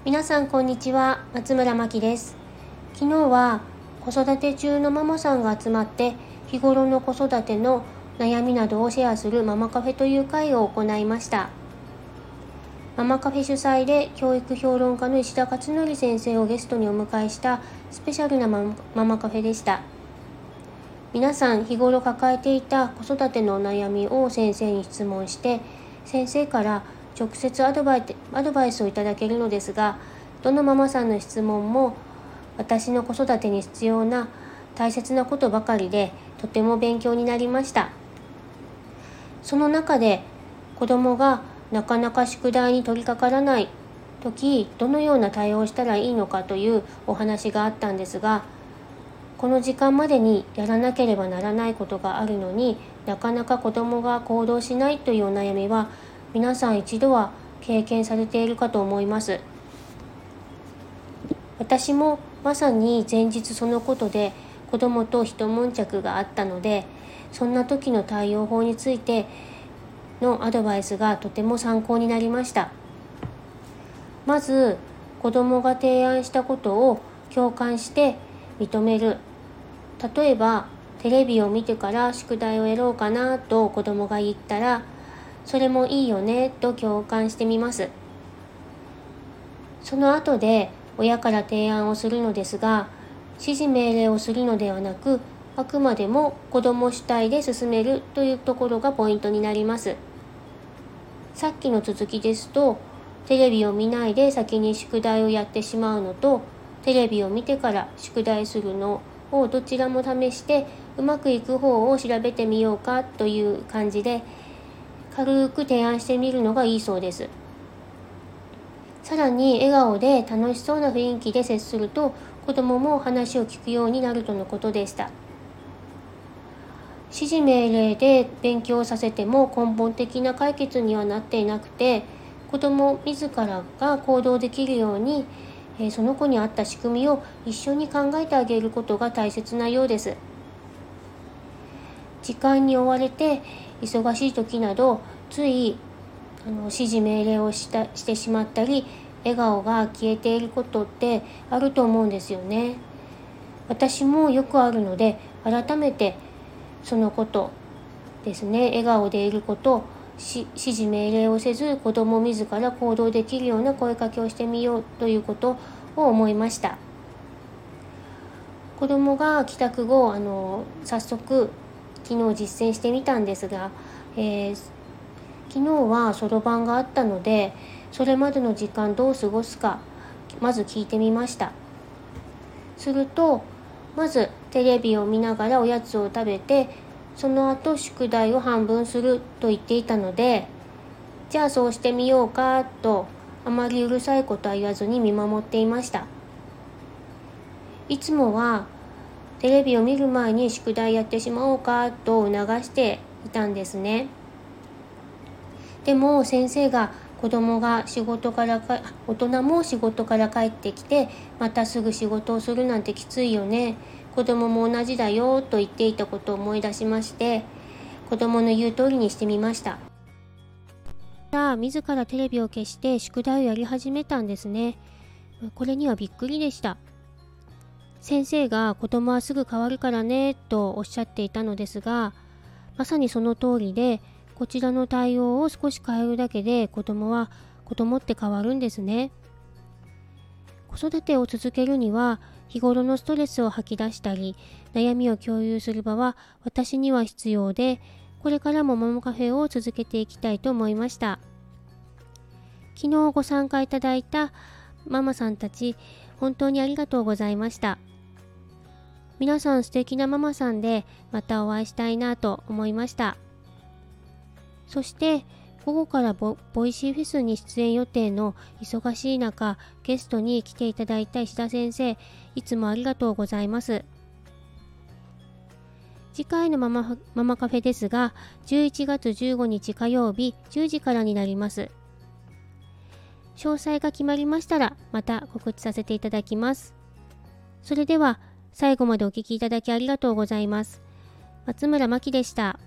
皆さんこんにちは、松村真希です。昨日は子育て中のママさんが集まって日頃の子育ての悩みなどをシェアするママカフェという会を行いました。ママカフェ主催で教育評論家の石田勝則先生をゲストにお迎えしたスペシャルなママカフェでした。皆さん日頃抱えていた子育てのお悩みを先生に質問して、先生から直接アドバイスをいただけるのですが、どのママさんの質問も私の子育てに必要な大切なことばかりで、とても勉強になりました。その中で子供がなかなか宿題に取り掛からない時、どのような対応をしたらいいのかというお話があったんですが、この時間までにやらなければならないことがあるのになかなか子供が行動しないというお悩みは、皆さん一度は経験されているかと思います。私もまさに前日そのことで子供と一悶着があったので、そんな時の対応法についてのアドバイスがとても参考になりました。まず、子供が提案したことを共感して認める。例えば、テレビを見てから宿題をやろうかなと子供が言ったら、それもいいよねと共感してみます。その後で親から提案をするのですが、指示命令をするのではなく、あくまでも子供主体で進めるというところがポイントになります。さっきの続きですと、テレビを見ないで先に宿題をやってしまうのと、テレビを見てから宿題するのをどちらも試して、うまくいく方を調べてみようかという感じで軽く提案してみるのがいいそうです。さらに笑顔で楽しそうな雰囲気で接すると、子どもも話を聞くようになるとのことでした。指示命令で勉強させても根本的な解決にはなっていなくて、子ども自らが行動できるように、その子に合った仕組みを一緒に考えてあげることが大切なようです。時間に追われて忙しい時など、つい指示命令をしてしまったり、笑顔が消えていることってあると思うんですよね。私もよくあるので、改めてそのことですね、笑顔でいること、指示命令をせず子供自ら行動できるような声かけをしてみようということを思いました。子供が帰宅後、早速昨日実践してみたんですが、昨日はそろばんがあったので、それまでの時間どう過ごすかまず聞いてみました。すると、まずテレビを見ながらおやつを食べて、その後宿題を半分すると言っていたので、じゃあそうしてみようかと、あまりうるさいことは言わずに見守っていました。いつもはテレビを見る前に宿題やってしまおうかと促していたんですね。でも先生が大人も仕事から帰ってきて、またすぐ仕事をするなんてきついよね。子供も同じだよと言っていたことを思い出しまして、子供の言う通りにしてみました。自らテレビを消して宿題をやり始めたんですね。これにはびっくりでした。先生が子供はすぐ変わるからねとおっしゃっていたのですが、まさにその通りで、こちらの対応を少し変えるだけで子供って変わるんですね。子育てを続けるには、日頃のストレスを吐き出したり悩みを共有する場は私には必要で、これからもママカフェを続けていきたいと思いました。昨日ご参加いただいたママさんたち、本当にありがとうございました。皆さん素敵なママさんで、またお会いしたいなと思いました。そして午後からボイシーフェスに出演予定の忙しい中、ゲストに来ていただいた石田先生、いつもありがとうございます。次回のママカフェですが、11月15日火曜日10時からになります。詳細が決まりましたらまた告知させていただきます。それでは最後までお聞きいただきありがとうございます。松村真希でした。